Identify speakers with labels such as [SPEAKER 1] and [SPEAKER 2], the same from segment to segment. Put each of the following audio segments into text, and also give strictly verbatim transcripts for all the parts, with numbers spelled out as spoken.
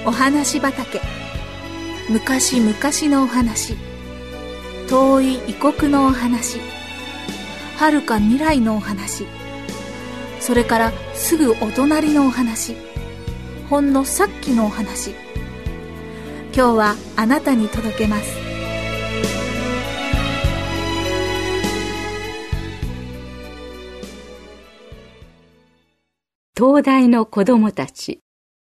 [SPEAKER 1] お話畑。昔々のお話、遠い異国のお話、遥か未来のお話、それからすぐお隣のお話、ほんのさっきのお話。今日はあなたに届けます。
[SPEAKER 2] 東大の子供たち。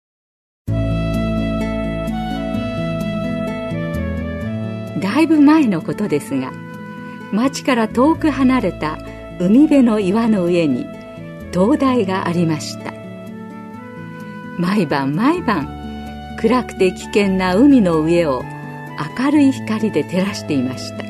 [SPEAKER 2] だいぶ前のことですが、町から遠く離れた海辺の岩の上に灯台がありました。毎晩毎晩暗くて危険な海の上を明るい光で照らしていました。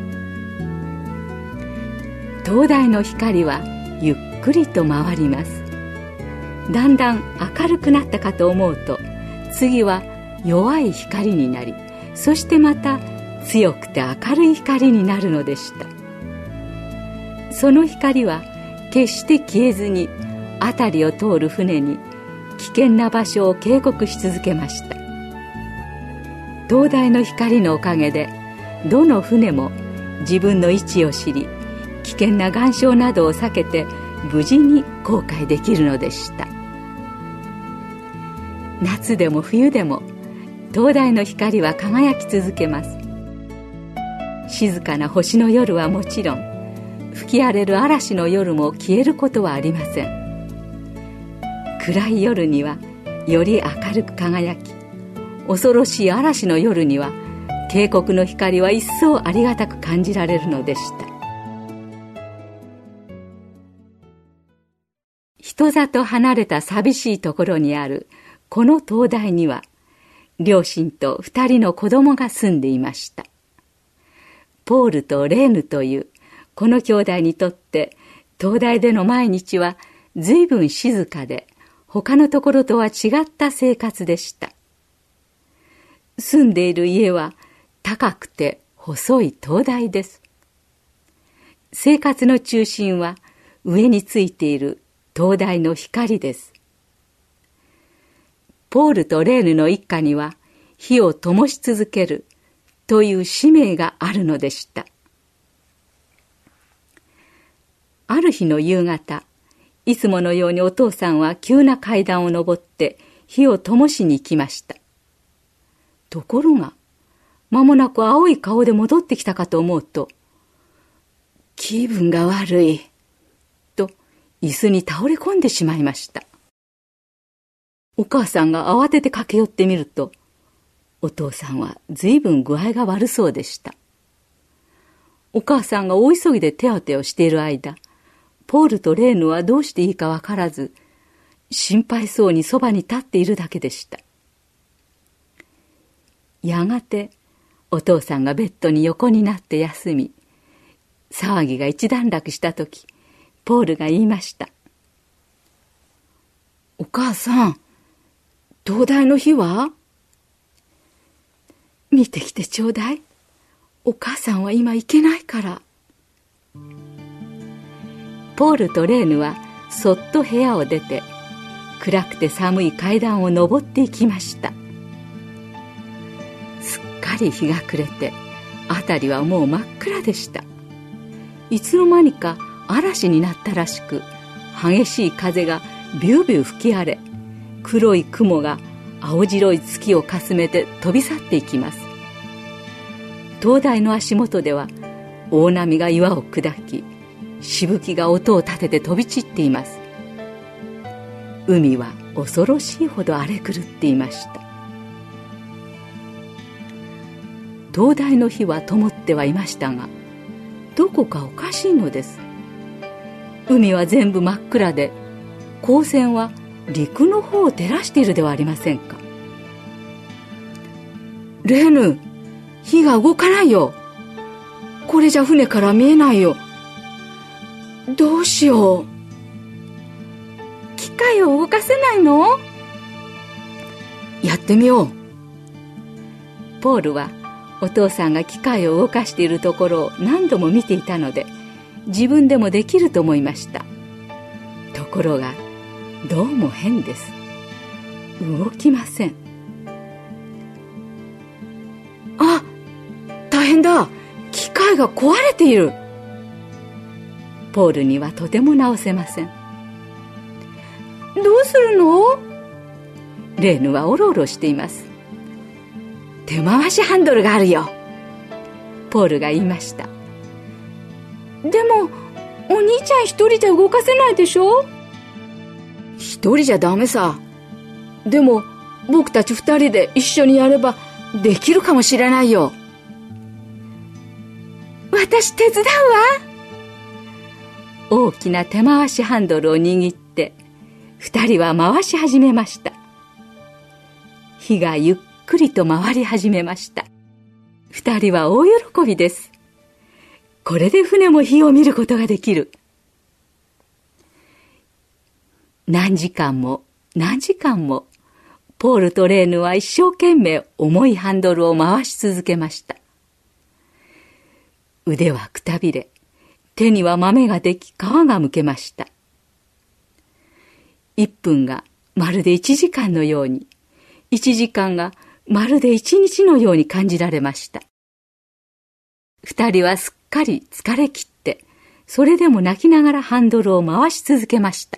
[SPEAKER 2] 灯台の光はゆっくりと回ります。だんだん明るくなったかと思うと、次は弱い光になり、そしてまた強くて明るい光になるのでした。その光は決して消えずに辺りを通る船に危険な場所を警告し続けました。灯台の光のおかげでどの船も自分の位置を知り、危険な岩礁などを避けて無事に航海できるのでした。夏でも冬でも灯台の光は輝き続けます。静かな星の夜はもちろん、吹き荒れる嵐の夜も消えることはありません。暗い夜にはより明るく輝き、恐ろしい嵐の夜には渓谷の光は一層ありがたく感じられるのでした。人里離れた寂しいところにあるこの灯台には、両親と二人の子供が住んでいました。ポールとレーヌというこの兄弟にとって灯台での毎日は随分静かで、他のところとは違った生活でした。住んでいる家は高くて細い灯台です。生活の中心は上についている灯台の光です。ポールとレーヌの一家には火を灯し続けるという使命があるのでした。ある日の夕方、いつものようにお父さんは急な階段を上って火を灯しに行きました。ところが、間もなく青い顔で戻ってきたかと思うと、気分が悪い、と椅子に倒れ込んでしまいました。お母さんが慌てて駆け寄ってみると、お父さんはずいぶん具合が悪そうでした。お母さんが大急ぎで手当てをしている間、ポールとレーヌはどうしていいかわからず、心配そうにそばに立っているだけでした。やがてお父さんがベッドに横になって休み、騒ぎが一段落したとき、ポールが言いました。お母さん、灯台の火は？見てきてちょうだい。お母さんは今行けないから。ポールとレーヌはそっと部屋を出て、暗くて寒い階段を上っていきました。すっかり日が暮れて、辺りはもう真っ暗でした。いつの間にか嵐になったらしく、激しい風がビュービュー吹き荒れ、黒い雲が青白い月をかすめて飛び去っていきます。灯台の足元では大波が岩を砕き、しぶきが音を立てて飛び散っています。海は恐ろしいほど荒れ狂っていました。灯台の火は灯ってはいましたが、どこかおかしいのです。海は全部真っ暗で、光線は陸の方を照らしているではありませんか。レーヌ、火が動かないよ。これじゃ船から見えないよ。どうしよう。機械を動かせないの？やってみよう。ポールはお父さんが機械を動かしているところを何度も見ていたので、自分でもできると思いました。ところがどうも変です。動きません。 変だ、機械が壊れている。ポールにはとても直せません。どうするの？レーヌはおろおろしています。手回しハンドルがあるよ、ポールが言いました。でもお兄ちゃん一人じゃ動かせないでしょ？一人じゃダメさ。でも僕たち二人で一緒にやればできるかもしれないよ。私手伝うわ。大きな手回しハンドルを握って二人は回し始めました。火がゆっくりと回り始めました。二人は大喜びです。これで船も火を見ることができる。何時間も何時間もポールとレーヌは一生懸命重いハンドルを回し続けました。腕はくたびれ、手には豆ができ、皮がむけました。一分がまるで一時間のように、一時間がまるで一日のように感じられました。二人はすっかり疲れ切って、それでも泣きながらハンドルを回し続けました。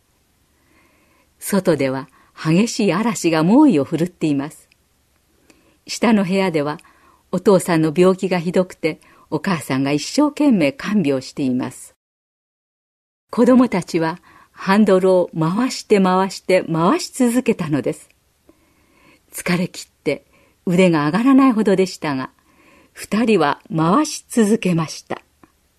[SPEAKER 2] 外では激しい嵐が猛威を振るっています。下の部屋ではお父さんの病気がひどくて、お母さんが一生懸命看病しています。子供たちはハンドルを回して回して回し続けたのです。疲れ切って腕が上がらないほどでしたが、二人は回し続けました。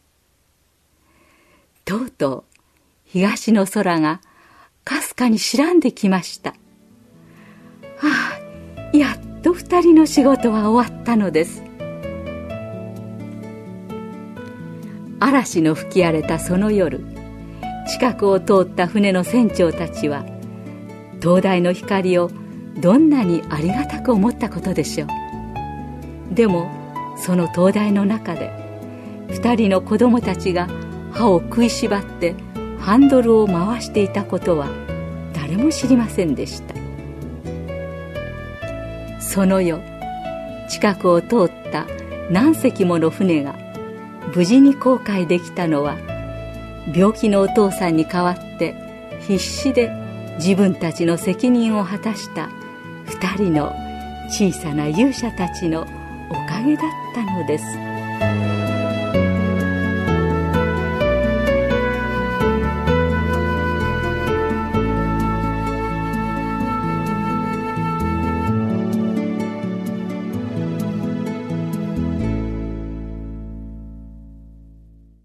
[SPEAKER 2] とうとう東の空がかすかに白んできました。ああ、やっと二人の仕事は終わったのです。嵐の吹き荒れたその夜、近くを通った船の船長たちは灯台の光をどんなにありがたく思ったことでしょう。でもその灯台の中で二人の子供たちが歯を食いしばってハンドルを回していたことは誰も知りませんでした。その夜、近くを通った何隻もの船が無事に航海できたのは、病気のお父さんに代わって必死で自分たちの責任を果たした二人の小さな勇者たちのおかげだったのです。